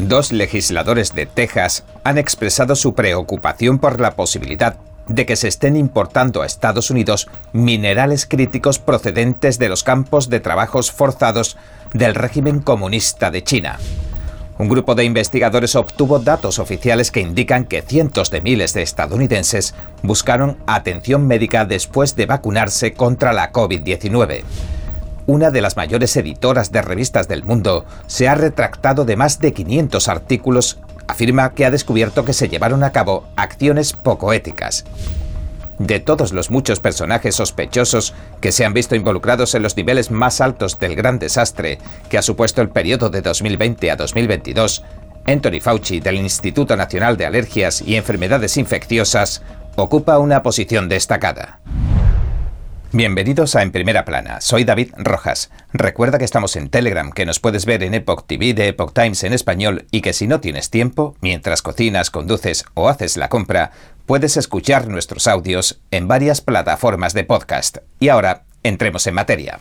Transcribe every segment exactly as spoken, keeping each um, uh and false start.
Dos legisladores de Texas han expresado su preocupación por la posibilidad de que se estén importando a Estados Unidos minerales críticos procedentes de los campos de trabajos forzados del régimen comunista de China. Un grupo de investigadores obtuvo datos oficiales que indican que cientos de miles de estadounidenses buscaron atención médica después de vacunarse contra la COVID diecinueve. Una de las mayores editoras de revistas del mundo se ha retractado de más de quinientos artículos. Afirma que ha descubierto que se llevaron a cabo acciones poco éticas. De todos los muchos personajes sospechosos que se han visto involucrados en los niveles más altos del gran desastre que ha supuesto el periodo de dos mil veinte a dos mil veintidós, Anthony Fauci, del Instituto Nacional de Alergias y Enfermedades Infecciosas, ocupa una posición destacada. Bienvenidos a En Primera Plana, soy David Rojas. Recuerda que estamos en Telegram, que nos puedes ver en Epoch T V de Epoch Times en español y que si no tienes tiempo, mientras cocinas, conduces o haces la compra, puedes escuchar nuestros audios en varias plataformas de podcast. Y ahora, entremos en materia.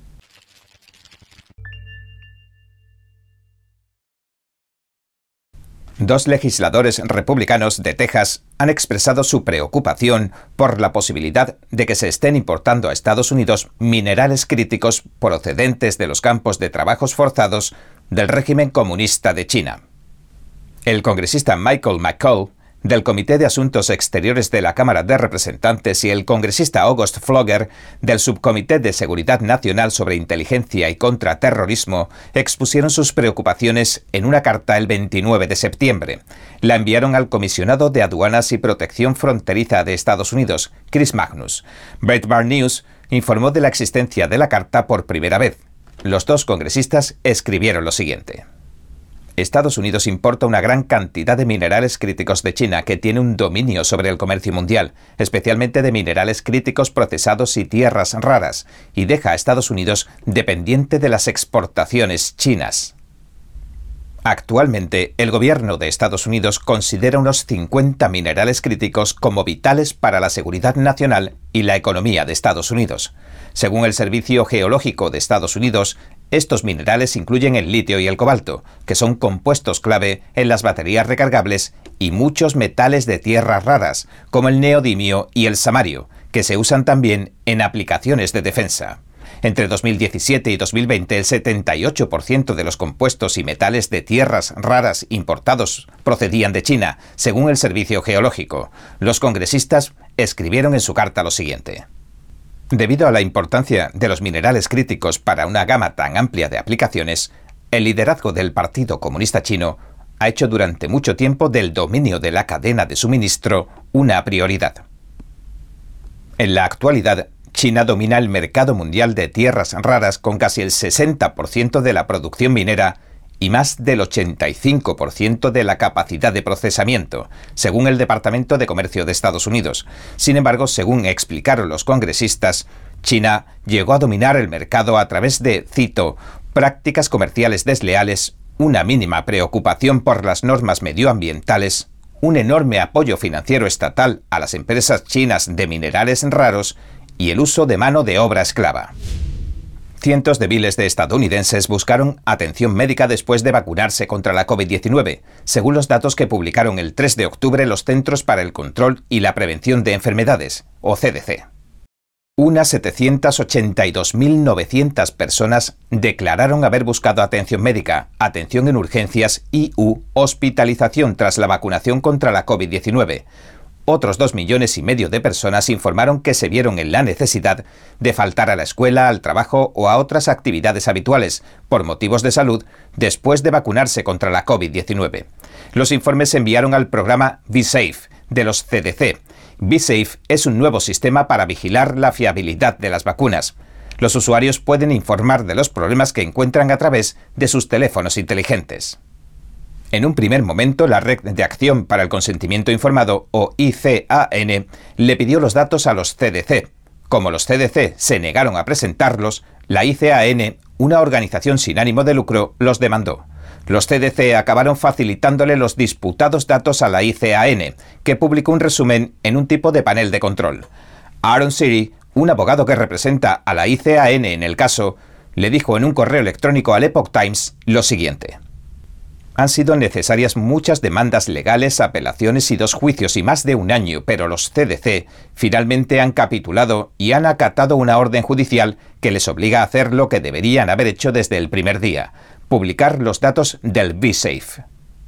Dos legisladores republicanos de Texas han expresado su preocupación por la posibilidad de que se estén importando a Estados Unidos minerales críticos procedentes de los campos de trabajos forzados del régimen comunista de China. El congresista Michael McCaul, del Comité de Asuntos Exteriores de la Cámara de Representantes, y el congresista August Pfloger, del Subcomité de Seguridad Nacional sobre Inteligencia y Contraterrorismo, expusieron sus preocupaciones en una carta el veintinueve de septiembre. La enviaron al comisionado de Aduanas y Protección Fronteriza de Estados Unidos, Chris Magnus. Breitbart News informó de la existencia de la carta por primera vez. Los dos congresistas escribieron lo siguiente: Estados Unidos importa una gran cantidad de minerales críticos de China, que tiene un dominio sobre el comercio mundial, especialmente de minerales críticos procesados y tierras raras, y deja a Estados Unidos dependiente de las exportaciones chinas. Actualmente, el gobierno de Estados Unidos considera unos cincuenta minerales críticos como vitales para la seguridad nacional y la economía de Estados Unidos. Según el Servicio Geológico de Estados Unidos, estos minerales incluyen el litio y el cobalto, que son compuestos clave en las baterías recargables, y muchos metales de tierras raras, como el neodimio y el samario, que se usan también en aplicaciones de defensa. Entre dos mil diecisiete y dos mil veinte, el setenta y ocho por ciento de los compuestos y metales de tierras raras importados procedían de China, según el Servicio Geológico. Los congresistas escribieron en su carta lo siguiente: Debido a la importancia de los minerales críticos para una gama tan amplia de aplicaciones, el liderazgo del Partido Comunista Chino ha hecho durante mucho tiempo del dominio de la cadena de suministro una prioridad. En la actualidad, China domina el mercado mundial de tierras raras con casi el sesenta por ciento de la producción minera y más del ochenta y cinco por ciento de la capacidad de procesamiento, según el Departamento de Comercio de Estados Unidos. Sin embargo, según explicaron los congresistas, China llegó a dominar el mercado a través de, cito, prácticas comerciales desleales, una mínima preocupación por las normas medioambientales, un enorme apoyo financiero estatal a las empresas chinas de minerales raros y el uso de mano de obra esclava. Cientos de miles de estadounidenses buscaron atención médica después de vacunarse contra la COVID diecinueve, según los datos que publicaron el tres de octubre los Centros para el Control y la Prevención de Enfermedades, o C D C. Unas setecientas ochenta y dos mil novecientas personas declararon haber buscado atención médica, atención en urgencias y u hospitalización tras la vacunación contra la COVID diecinueve. Otros dos millones y medio de personas informaron que se vieron en la necesidad de faltar a la escuela, al trabajo o a otras actividades habituales por motivos de salud después de vacunarse contra la COVID diecinueve. Los informes se enviaron al programa V-Safe de los C D C. V-Safe es un nuevo sistema para vigilar la fiabilidad de las vacunas. Los usuarios pueden informar de los problemas que encuentran a través de sus teléfonos inteligentes. En un primer momento, la Red de Acción para el Consentimiento Informado, o I C A N, le pidió los datos a los C D C. Como los C D C se negaron a presentarlos, la I C A N, una organización sin ánimo de lucro, los demandó. Los C D C acabaron facilitándole los disputados datos a la I C A N, que publicó un resumen en un tipo de panel de control. Aaron Siri, un abogado que representa a la I C A N en el caso, le dijo en un correo electrónico al Epoch Times lo siguiente: Han sido necesarias muchas demandas legales, apelaciones y dos juicios y más de un año, pero los C D C finalmente han capitulado y han acatado una orden judicial que les obliga a hacer lo que deberían haber hecho desde el primer día: publicar los datos del V-Safe.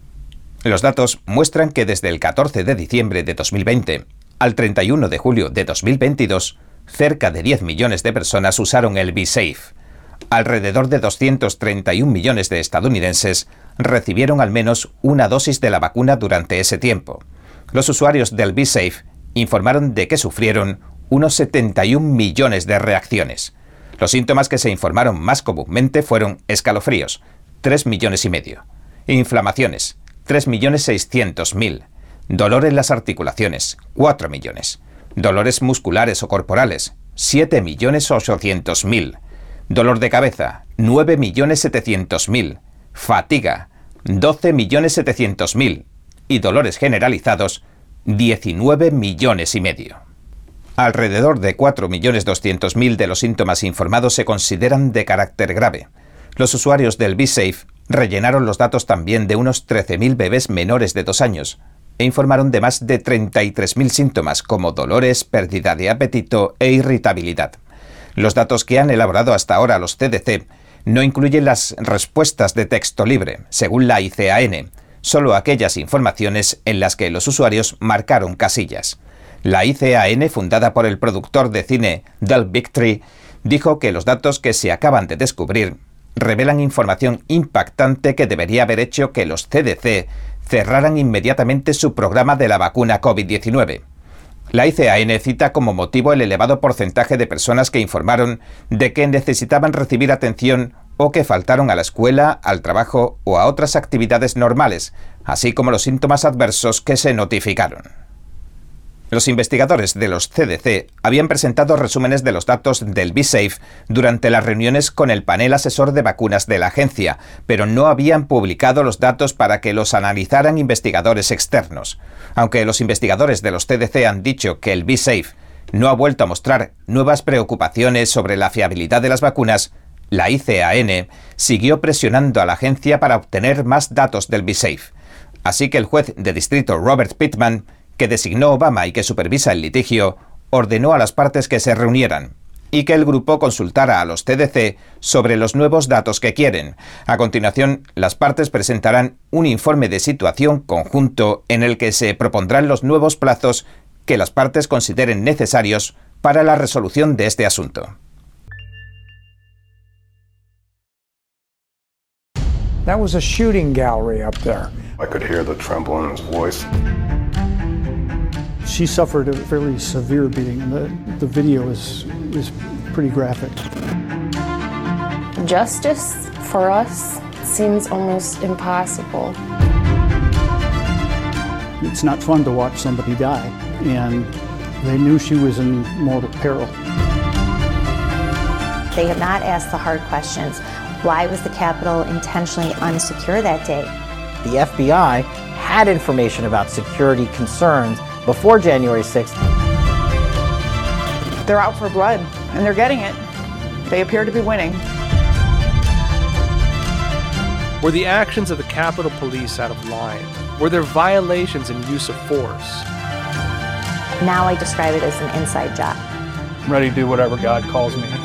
Los datos muestran que desde el catorce de diciembre de dos mil veinte al treinta y uno de julio de dos mil veintidós, cerca de diez millones de personas usaron el V-Safe. Alrededor de doscientos treinta y un millones de estadounidenses recibieron al menos una dosis de la vacuna durante ese tiempo. Los usuarios del V-Safe informaron de que sufrieron unos setenta y un millones de reacciones. Los síntomas que se informaron más comúnmente fueron escalofríos, tres millones y medio, inflamaciones, tres millones seiscientos mil, dolor en las articulaciones, cuatro millones, dolores musculares o corporales, siete millones ochocientos mil, dolor de cabeza, nueve millones setecientos mil, fatiga, doce millones setecientos mil y dolores generalizados, diecinueve millones y medio. Alrededor de cuatro millones doscientos mil de los síntomas informados se consideran de carácter grave. Los usuarios del V-Safe rellenaron los datos también de unos trece mil bebés menores de dos años e informaron de más de treinta y tres mil síntomas como dolores, pérdida de apetito e irritabilidad. Los datos que han elaborado hasta ahora los C D C no incluyen las respuestas de texto libre, según la I C A N, solo aquellas informaciones en las que los usuarios marcaron casillas. La I C A N, fundada por el productor de cine Del Bigtree, dijo que los datos que se acaban de descubrir revelan información impactante que debería haber hecho que los C D C cerraran inmediatamente su programa de la vacuna COVID diecinueve. La I C A N cita como motivo el elevado porcentaje de personas que informaron de que necesitaban recibir atención o que faltaron a la escuela, al trabajo o a otras actividades normales, así como los síntomas adversos que se notificaron. Los investigadores de los C D C habían presentado resúmenes de los datos del V-Safe durante las reuniones con el panel asesor de vacunas de la agencia, pero no habían publicado los datos para que los analizaran investigadores externos. Aunque los investigadores de los C D C han dicho que el V-Safe no ha vuelto a mostrar nuevas preocupaciones sobre la fiabilidad de las vacunas, la I C A N siguió presionando a la agencia para obtener más datos del V-Safe. Así que el juez de distrito Robert Pittman, que designó Obama y que supervisa el litigio, ordenó a las partes que se reunieran y que el grupo consultara a los C D C sobre los nuevos datos que quieren. A continuación, las partes presentarán un informe de situación conjunto en el que se propondrán los nuevos plazos que las partes consideren necesarios para la resolución de este asunto. That was a shooting gallery up there. I could hear the tremble in his voice. She suffered a fairly severe beating, and the, the video is, is pretty graphic. Justice for us seems almost impossible. It's not fun to watch somebody die, and they knew she was in mortal peril. They have not asked the hard questions. Why was the Capitol intentionally unsecure that day? The F B I had information about security concerns before January sixth. They're out for blood, and they're getting it. They appear to be winning. Were the actions of the Capitol Police out of line? Were there violations and use of force? Now I describe it as an inside job. I'm ready to do whatever God calls me.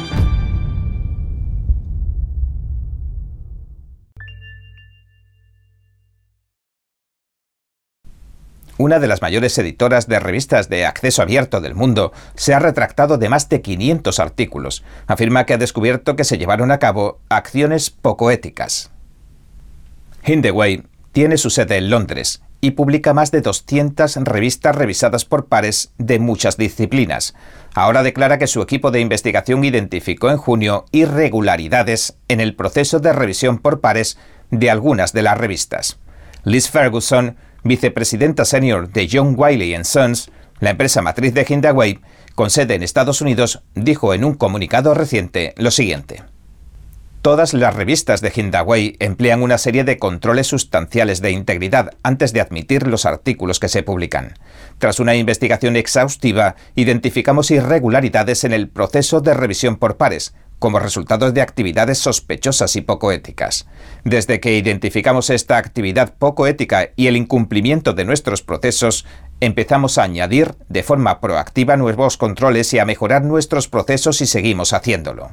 Una de las mayores editoras de revistas de acceso abierto del mundo se ha retractado de más de quinientos artículos. Afirma que ha descubierto que se llevaron a cabo acciones poco éticas. Hindeway tiene su sede en Londres y publica más de doscientas revistas revisadas por pares de muchas disciplinas. Ahora declara que su equipo de investigación identificó en junio irregularidades en el proceso de revisión por pares de algunas de las revistas. Liz Ferguson, vicepresidenta senior de John Wiley and Sons, la empresa matriz de Hindeway, con sede en Estados Unidos, dijo en un comunicado reciente lo siguiente: todas las revistas de Hindeway emplean una serie de controles sustanciales de integridad antes de admitir los artículos que se publican. Tras una investigación exhaustiva, identificamos irregularidades en el proceso de revisión por pares, como resultado de actividades sospechosas y poco éticas. Desde que identificamos esta actividad poco ética y el incumplimiento de nuestros procesos, empezamos a añadir de forma proactiva nuevos controles y a mejorar nuestros procesos y seguimos haciéndolo.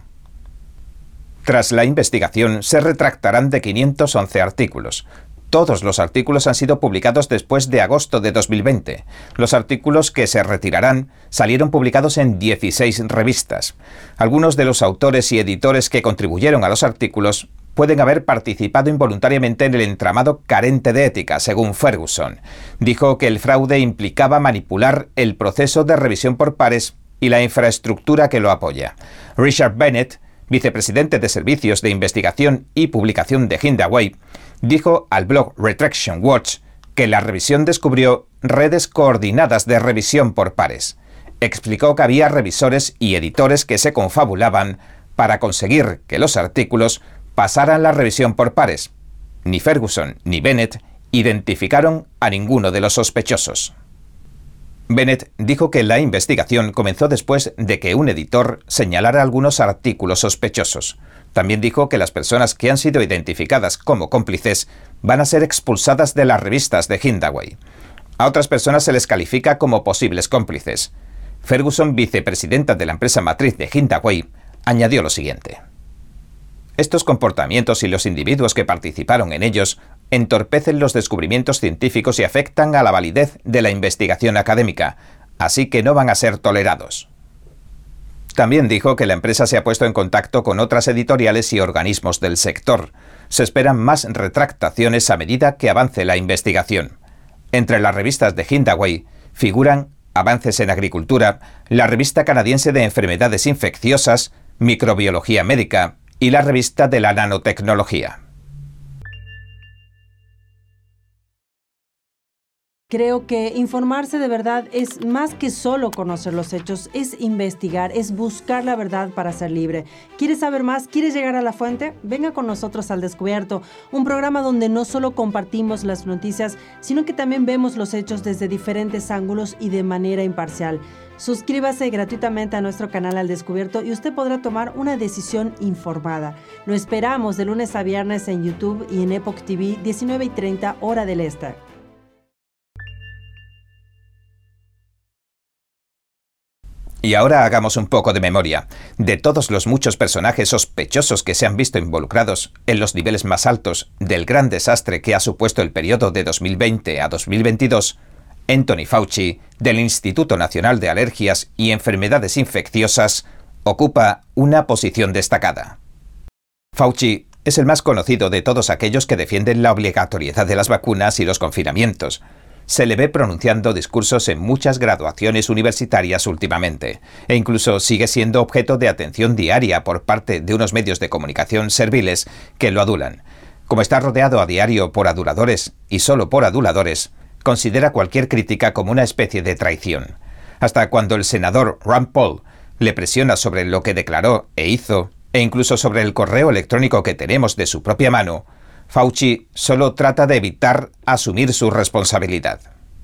Tras la investigación, se retractarán de quinientos once artículos. Todos los artículos han sido publicados después de agosto de dos mil veinte. Los artículos que se retirarán salieron publicados en dieciséis revistas. Algunos de los autores y editores que contribuyeron a los artículos pueden haber participado involuntariamente en el entramado carente de ética, según Ferguson. Dijo que el fraude implicaba manipular el proceso de revisión por pares y la infraestructura que lo apoya. Richard Bennett, vicepresidente de Servicios de Investigación y Publicación de Hindaway, dijo al blog Retraction Watch que la revisión descubrió redes coordinadas de revisión por pares. Explicó que había revisores y editores que se confabulaban para conseguir que los artículos pasaran la revisión por pares. Ni Ferguson ni Bennett identificaron a ninguno de los sospechosos. Bennett dijo que la investigación comenzó después de que un editor señalara algunos artículos sospechosos. También dijo que las personas que han sido identificadas como cómplices van a ser expulsadas de las revistas de Hindaway. A otras personas se les califica como posibles cómplices. Ferguson, vicepresidenta de la empresa matriz de Hindaway, añadió lo siguiente: estos comportamientos y los individuos que participaron en ellos entorpecen los descubrimientos científicos y afectan a la validez de la investigación académica, así que no van a ser tolerados. También dijo que la empresa se ha puesto en contacto con otras editoriales y organismos del sector. Se esperan más retractaciones a medida que avance la investigación. Entre las revistas de Hindaway figuran Avances en Agricultura, la revista canadiense de enfermedades infecciosas, Microbiología Médica y la revista de la nanotecnología. Creo que informarse de verdad es más que solo conocer los hechos, es investigar, es buscar la verdad para ser libre. ¿Quieres saber más? ¿Quieres llegar a la fuente? Venga con nosotros al Descubierto, un programa donde no solo compartimos las noticias, sino que también vemos los hechos desde diferentes ángulos y de manera imparcial. Suscríbase gratuitamente a nuestro canal Al Descubierto y usted podrá tomar una decisión informada. Lo esperamos de lunes a viernes en YouTube y en Epoch T V, diecinueve y treinta hora del este. Y ahora hagamos un poco de memoria. De todos los muchos personajes sospechosos que se han visto involucrados en los niveles más altos del gran desastre que ha supuesto el periodo de dos mil veinte a dos mil veintidós, Anthony Fauci, del Instituto Nacional de Alergias y Enfermedades Infecciosas, ocupa una posición destacada. Fauci es el más conocido de todos aquellos que defienden la obligatoriedad de las vacunas y los confinamientos. Se le ve pronunciando discursos en muchas graduaciones universitarias últimamente, e incluso sigue siendo objeto de atención diaria por parte de unos medios de comunicación serviles que lo adulan. Como está rodeado a diario por aduladores y solo por aduladores, considera cualquier crítica como una especie de traición. Hasta cuando el senador Rand Paul le presiona sobre lo que declaró e hizo, e incluso sobre el correo electrónico que tenemos de su propia mano, Fauci solo trata de evitar asumir su responsabilidad.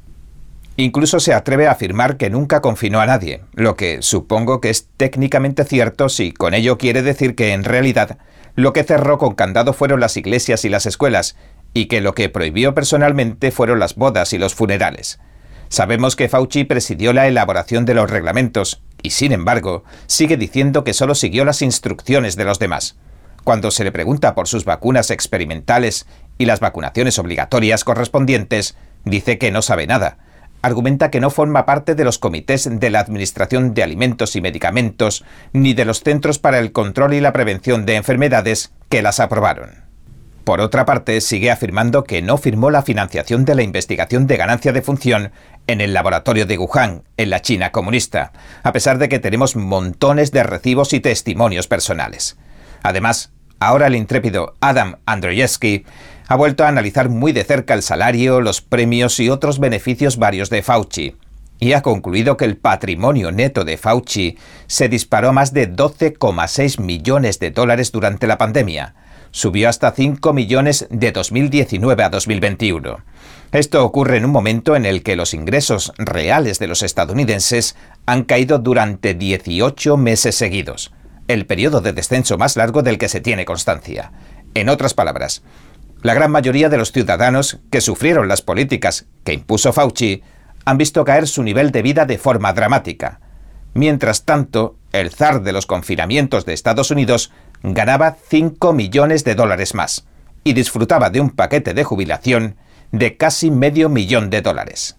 Incluso se atreve a afirmar que nunca confinó a nadie, lo que supongo que es técnicamente cierto si con ello quiere decir que en realidad lo que cerró con candado fueron las iglesias y las escuelas, y que lo que prohibió personalmente fueron las bodas y los funerales. Sabemos que Fauci presidió la elaboración de los reglamentos y, sin embargo, sigue diciendo que solo siguió las instrucciones de los demás. Cuando se le pregunta por sus vacunas experimentales y las vacunaciones obligatorias correspondientes, dice que no sabe nada. Argumenta que no forma parte de los comités de la Administración de Alimentos y Medicamentos ni de los Centros para el Control y la Prevención de Enfermedades que las aprobaron. Por otra parte, sigue afirmando que no firmó la financiación de la investigación de ganancia de función en el laboratorio de Wuhan, en la China comunista, a pesar de que tenemos montones de recibos y testimonios personales. Además, ahora el intrépido Adam Andrzejewski ha vuelto a analizar muy de cerca el salario, los premios y otros beneficios varios de Fauci, y ha concluido que el patrimonio neto de Fauci se disparó a más de doce coma seis millones de dólares durante la pandemia. Subió hasta cinco millones de dos mil diecinueve a dos mil veintiuno. Esto ocurre en un momento en el que los ingresos reales de los estadounidenses han caído durante dieciocho meses seguidos. el periodo de descenso más largo del que se tiene constancia. En otras palabras, la gran mayoría de los ciudadanos que sufrieron las políticas que impuso Fauci han visto caer su nivel de vida de forma dramática. Mientras tanto, el zar de los confinamientos de Estados Unidos ganaba cinco millones de dólares más y disfrutaba de un paquete de jubilación de casi medio millón de dólares.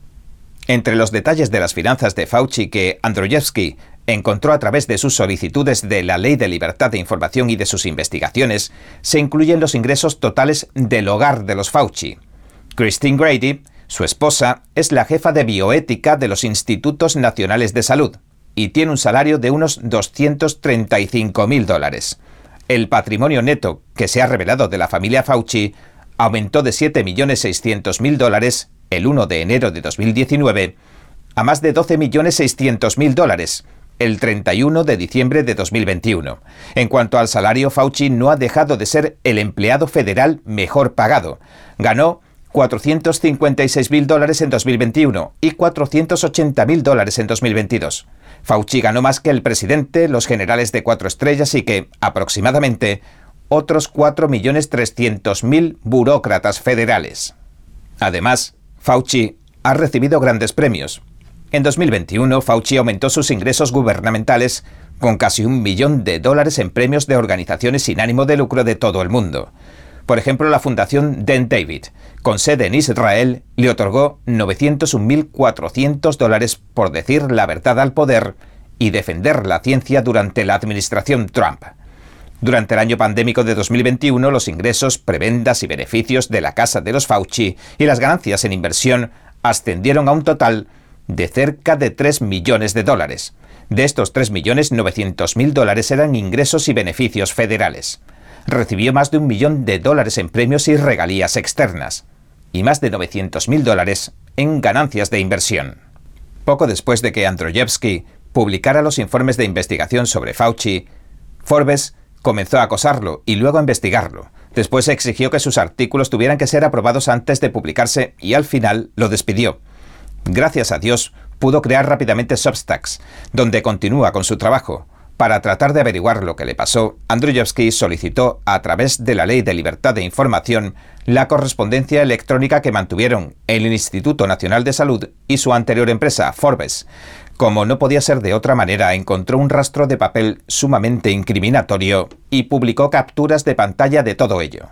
Entre los detalles de las finanzas de Fauci que Andrzejewski encontró a través de sus solicitudes de la Ley de Libertad de Información y de sus investigaciones, se incluyen los ingresos totales del hogar de los Fauci. Christine Grady, su esposa, es la jefa de bioética de los Institutos Nacionales de Salud y tiene un salario de unos doscientos treinta y cinco mil dólares. El patrimonio neto que se ha revelado de la familia Fauci aumentó de siete millones seiscientos mil dólares el primero de enero de dos mil diecinueve a más de doce millones seiscientos mil dólares el treinta y uno de diciembre de dos mil veintiuno. En cuanto al salario, Fauci no ha dejado de ser el empleado federal mejor pagado. Ganó cuatrocientos cincuenta y seis mil dólares en dos mil veintiuno y cuatrocientos ochenta mil dólares en dos mil veintidós. Fauci ganó más que el presidente, los generales de cuatro estrellas y que, aproximadamente, otros cuatro millones trescientos mil burócratas federales. Además, Fauci ha recibido grandes premios. En dos mil veintiuno, Fauci aumentó sus ingresos gubernamentales con casi un millón de dólares en premios de organizaciones sin ánimo de lucro de todo el mundo. Por ejemplo, la Fundación Dan David, con sede en Israel, le otorgó novecientos un mil cuatrocientos dólares por decir la verdad al poder y defender la ciencia durante la administración Trump. Durante el año pandémico de dos mil veintiuno, los ingresos, prebendas y beneficios de la casa de los Fauci y las ganancias en inversión ascendieron a un total de cerca de tres millones de dólares. De estos tres millones novecientos mil dólares eran ingresos y beneficios federales. Recibió más de un millón de dólares en premios y regalías externas y más de novecientos mil dólares en ganancias de inversión. Poco después de que Andrzejewski publicara los informes de investigación sobre Fauci, Forbes comenzó a acosarlo y luego a investigarlo. Después exigió que sus artículos tuvieran que ser aprobados antes de publicarse y al final lo despidió. Gracias a Dios, pudo crear rápidamente Substacks, donde continúa con su trabajo. Para tratar de averiguar lo que le pasó, Andrzejewski solicitó, a través de la Ley de Libertad de Información, la correspondencia electrónica que mantuvieron el Instituto Nacional de Salud y su anterior empresa, Forbes. Como no podía ser de otra manera, encontró un rastro de papel sumamente incriminatorio y publicó capturas de pantalla de todo ello.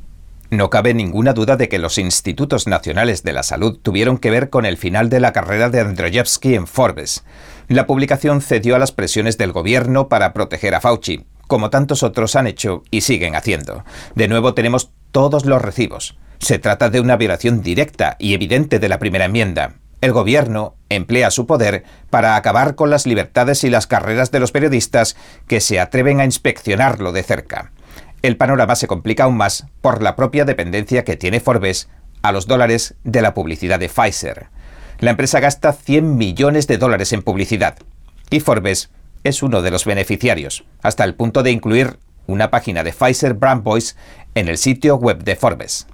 No cabe ninguna duda de que los Institutos Nacionales de la Salud tuvieron que ver con el final de la carrera de Andrzejewski en Forbes. La publicación cedió a las presiones del gobierno para proteger a Fauci, como tantos otros han hecho y siguen haciendo. De nuevo tenemos todos los recibos. Se trata de una violación directa y evidente de la primera enmienda. El gobierno emplea su poder para acabar con las libertades y las carreras de los periodistas que se atreven a inspeccionarlo de cerca. El panorama se complica aún más por la propia dependencia que tiene Forbes a los dólares de la publicidad de Pfizer. La empresa gasta cien millones de dólares en publicidad y Forbes es uno de los beneficiarios, hasta el punto de incluir una página de Pfizer Brand Voice en el sitio web de Forbes.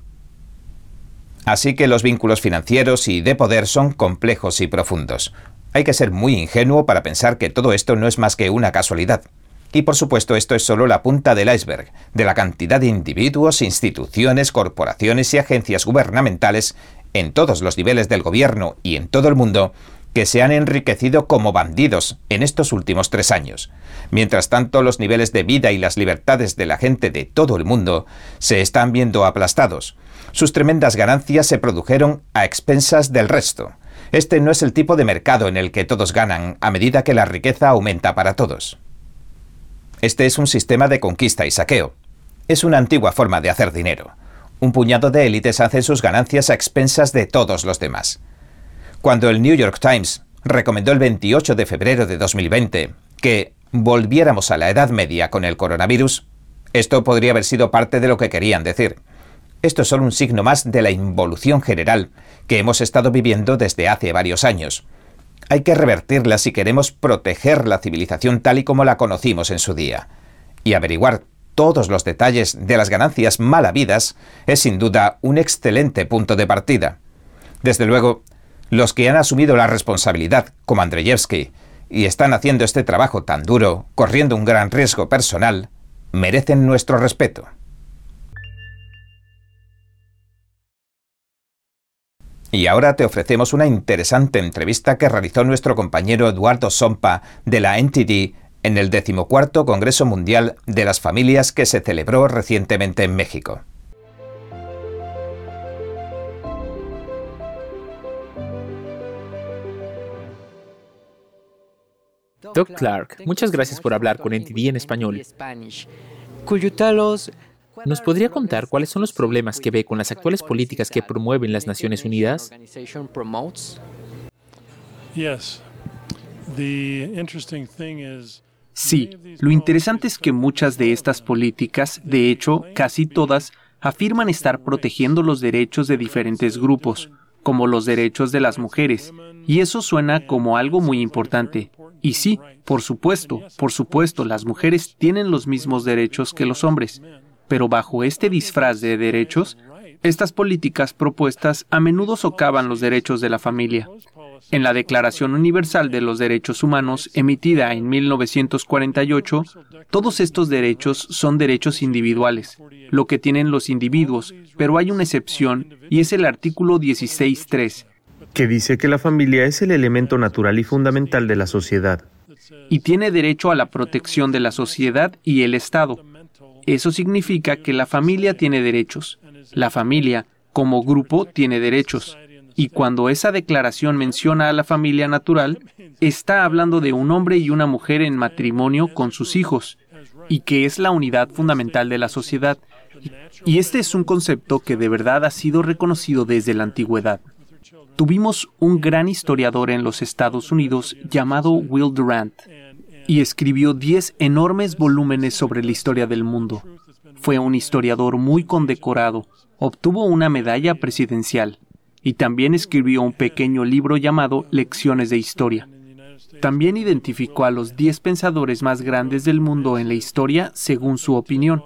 Así que los vínculos financieros y de poder son complejos y profundos. Hay que ser muy ingenuo para pensar que todo esto no es más que una casualidad. Y por supuesto esto es solo la punta del iceberg de la cantidad de individuos, instituciones, corporaciones y agencias gubernamentales en todos los niveles del gobierno y en todo el mundo que se han enriquecido como bandidos en estos últimos tres años. Mientras tanto, los niveles de vida y las libertades de la gente de todo el mundo se están viendo aplastados. Sus tremendas ganancias se produjeron a expensas del resto. Este no es el tipo de mercado en el que todos ganan a medida que la riqueza aumenta para todos. Este es un sistema de conquista y saqueo. Es una antigua forma de hacer dinero. Un puñado de élites hacen sus ganancias a expensas de todos los demás. Cuando el New York Times recomendó el veintiocho de febrero de dos mil veinte que volviéramos a la Edad Media con el coronavirus, esto podría haber sido parte de lo que querían decir. Esto es solo un signo más de la involución general que hemos estado viviendo desde hace varios años. Hay que revertirla si queremos proteger la civilización tal y como la conocimos en su día. Y averiguar todos los detalles de las ganancias mal habidas es sin duda un excelente punto de partida. Desde luego, los que han asumido la responsabilidad, como Andrzejewski, y están haciendo este trabajo tan duro, corriendo un gran riesgo personal, merecen nuestro respeto. Y ahora te ofrecemos una interesante entrevista que realizó nuestro compañero Eduardo Sompa de la N T D en el decimocuarto Congreso Mundial de las Familias que se celebró recientemente en México. Doug Clark, muchas gracias por hablar con N T D en español. ¿Nos podría contar cuáles son los problemas que ve con las actuales políticas que promueven las Naciones Unidas? Sí, lo interesante es que muchas de estas políticas, de hecho, casi todas, afirman estar protegiendo los derechos de diferentes grupos, como los derechos de las mujeres, y eso suena como algo muy importante. Y sí, por supuesto, por supuesto, las mujeres tienen los mismos derechos que los hombres. Pero bajo este disfraz de derechos, estas políticas propuestas a menudo socavan los derechos de la familia. En la Declaración Universal de los Derechos Humanos, emitida en mil novecientos cuarenta y ocho, todos estos derechos son derechos individuales, lo que tienen los individuos, pero hay una excepción, y es el artículo dieciséis punto tres, que dice que la familia es el elemento natural y fundamental de la sociedad. Y tiene derecho a la protección de la sociedad y el Estado. Eso significa que la familia tiene derechos. La familia, como grupo, tiene derechos. Y cuando esa declaración menciona a la familia natural, está hablando de un hombre y una mujer en matrimonio con sus hijos, y que es la unidad fundamental de la sociedad. Y este es un concepto que de verdad ha sido reconocido desde la antigüedad. Tuvimos un gran historiador en los Estados Unidos llamado Will Durant, y escribió diez enormes volúmenes sobre la historia del mundo. Fue un historiador muy condecorado, obtuvo una medalla presidencial, y también escribió un pequeño libro llamado Lecciones de Historia. También identificó a los diez pensadores más grandes del mundo en la historia según su opinión.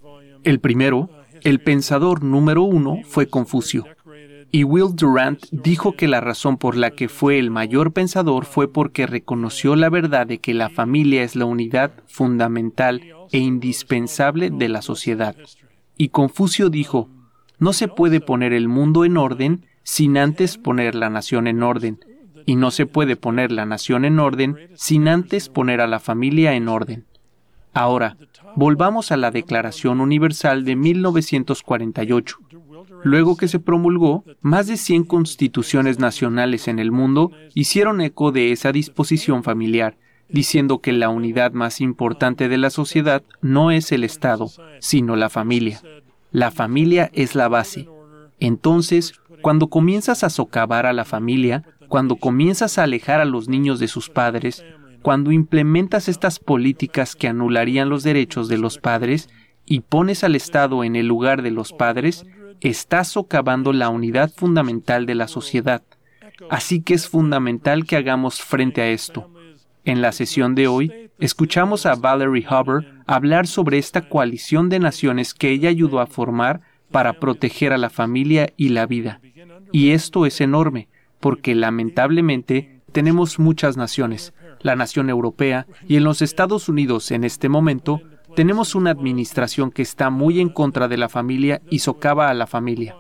El primero, el pensador número uno, fue Confucio. Y Will Durant dijo que la razón por la que fue el mayor pensador fue porque reconoció la verdad de que la familia es la unidad fundamental e indispensable de la sociedad. Y Confucio dijo, no se puede poner el mundo en orden sin antes poner la nación en orden, y no se puede poner la nación en orden sin antes poner a la familia en orden. Ahora, volvamos a la Declaración Universal de mil novecientos cuarenta y ocho. Luego que se promulgó, más de cien constituciones nacionales en el mundo hicieron eco de esa disposición familiar, diciendo que la unidad más importante de la sociedad no es el Estado, sino la familia. La familia es la base. Entonces, cuando comienzas a socavar a la familia, cuando comienzas a alejar a los niños de sus padres, cuando implementas estas políticas que anularían los derechos de los padres y pones al Estado en el lugar de los padres, estás socavando la unidad fundamental de la sociedad. Así que es fundamental que hagamos frente a esto. En la sesión de hoy, escuchamos a Valerie Huber hablar sobre esta coalición de naciones que ella ayudó a formar para proteger a la familia y la vida. Y esto es enorme, porque lamentablemente tenemos muchas naciones, la nación europea y en los Estados Unidos en este momento, tenemos una administración que está muy en contra de la familia y socava a la familia.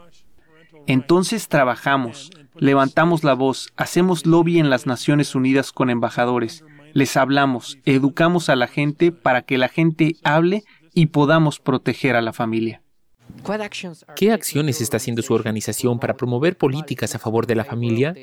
Entonces trabajamos, levantamos la voz, hacemos lobby en las Naciones Unidas con embajadores, les hablamos, educamos a la gente para que la gente hable y podamos proteger a la familia. ¿Qué acciones está haciendo su organización para promover políticas a favor de la familia?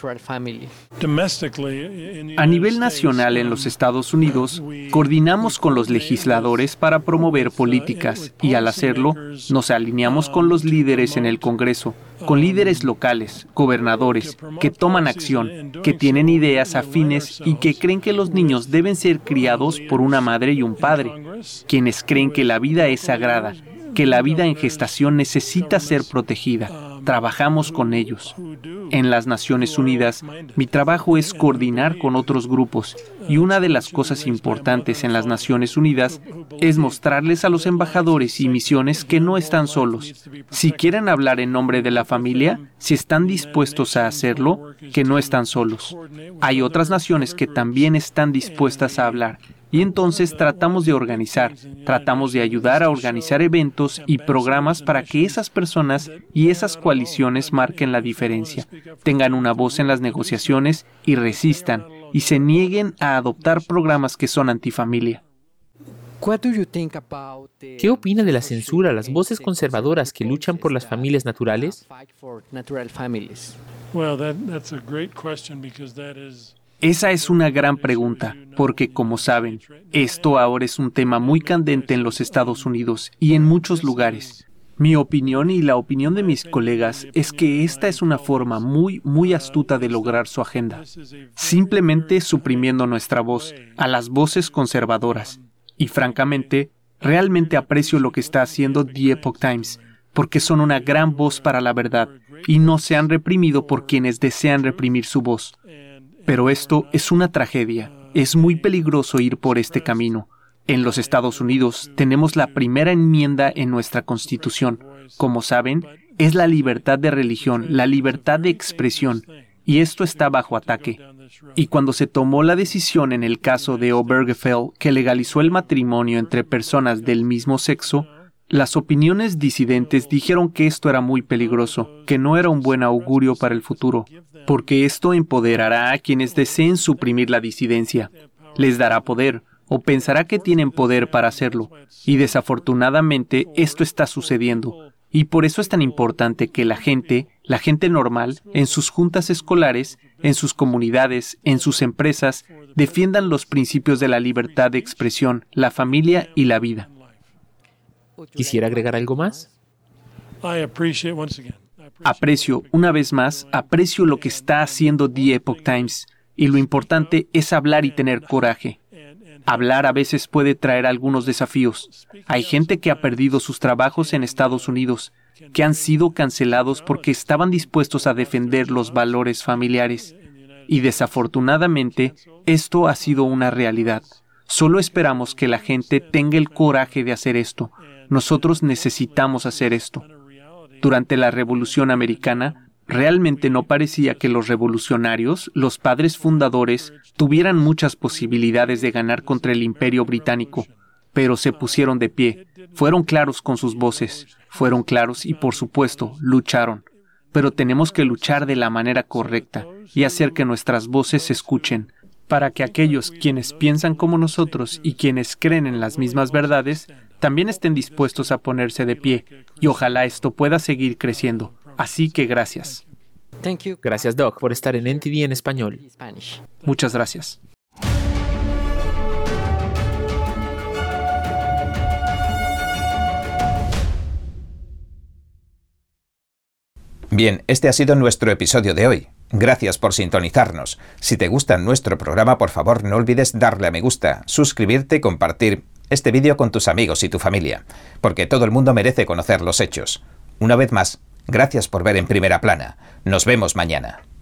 A nivel nacional en los Estados Unidos, coordinamos con los legisladores para promover políticas y al hacerlo, nos alineamos con los líderes en el Congreso, con líderes locales, gobernadores, que toman acción, que tienen ideas afines y que creen que los niños deben ser criados por una madre y un padre, quienes creen que la vida es sagrada, que la vida en gestación necesita ser protegida, trabajamos con ellos. En las Naciones Unidas, mi trabajo es coordinar con otros grupos, y una de las cosas importantes en las Naciones Unidas es mostrarles a los embajadores y misiones que no están solos. Si quieren hablar en nombre de la familia, si están dispuestos a hacerlo, que no están solos. Hay otras naciones que también están dispuestas a hablar. Y entonces tratamos de organizar, tratamos de ayudar a organizar eventos y programas para que esas personas y esas coaliciones marquen la diferencia, tengan una voz en las negociaciones y resistan, y se nieguen a adoptar programas que son antifamilia. ¿Qué opina de la censura a las voces conservadoras que luchan por las familias naturales? Esa es una gran pregunta, porque como saben, esto ahora es un tema muy candente en los Estados Unidos y en muchos lugares. Mi opinión y la opinión de mis colegas es que esta es una forma muy, muy astuta de lograr su agenda, simplemente suprimiendo nuestra voz a las voces conservadoras. Y francamente, realmente aprecio lo que está haciendo The Epoch Times, porque son una gran voz para la verdad y no se han reprimido por quienes desean reprimir su voz. Pero esto es una tragedia. Es muy peligroso ir por este camino. En los Estados Unidos tenemos la primera enmienda en nuestra Constitución. Como saben, es la libertad de religión, la libertad de expresión, y esto está bajo ataque. Y cuando se tomó la decisión en el caso de Obergefell que legalizó el matrimonio entre personas del mismo sexo, las opiniones disidentes dijeron que esto era muy peligroso, que no era un buen augurio para el futuro, porque esto empoderará a quienes deseen suprimir la disidencia, les dará poder, o pensará que tienen poder para hacerlo, y desafortunadamente esto está sucediendo, y por eso es tan importante que la gente, la gente normal, en sus juntas escolares, en sus comunidades, en sus empresas, defiendan los principios de la libertad de expresión, la familia y la vida. ¿Quisiera agregar algo más? Aprecio, una vez más, aprecio lo que está haciendo The Epoch Times, y lo importante es hablar y tener coraje. Hablar a veces puede traer algunos desafíos. Hay gente que ha perdido sus trabajos en Estados Unidos, que han sido cancelados porque estaban dispuestos a defender los valores familiares. Y desafortunadamente, esto ha sido una realidad. Solo esperamos que la gente tenga el coraje de hacer esto. Nosotros necesitamos hacer esto. Durante la Revolución Americana, realmente no parecía que los revolucionarios, los padres fundadores, tuvieran muchas posibilidades de ganar contra el Imperio Británico, pero se pusieron de pie, fueron claros con sus voces, fueron claros y, por supuesto, lucharon. Pero tenemos que luchar de la manera correcta y hacer que nuestras voces se escuchen, para que aquellos quienes piensan como nosotros y quienes creen en las mismas verdades también estén dispuestos a ponerse de pie, y ojalá esto pueda seguir creciendo. Así que gracias. Gracias, Doc, por estar en N T D en español. Muchas gracias. Bien, este ha sido nuestro episodio de hoy. Gracias por sintonizarnos. Si te gusta nuestro programa, por favor no olvides darle a me gusta, suscribirte y compartir este vídeo con tus amigos y tu familia, porque todo el mundo merece conocer los hechos. Una vez más, gracias por ver En Primera Plana. Nos vemos mañana.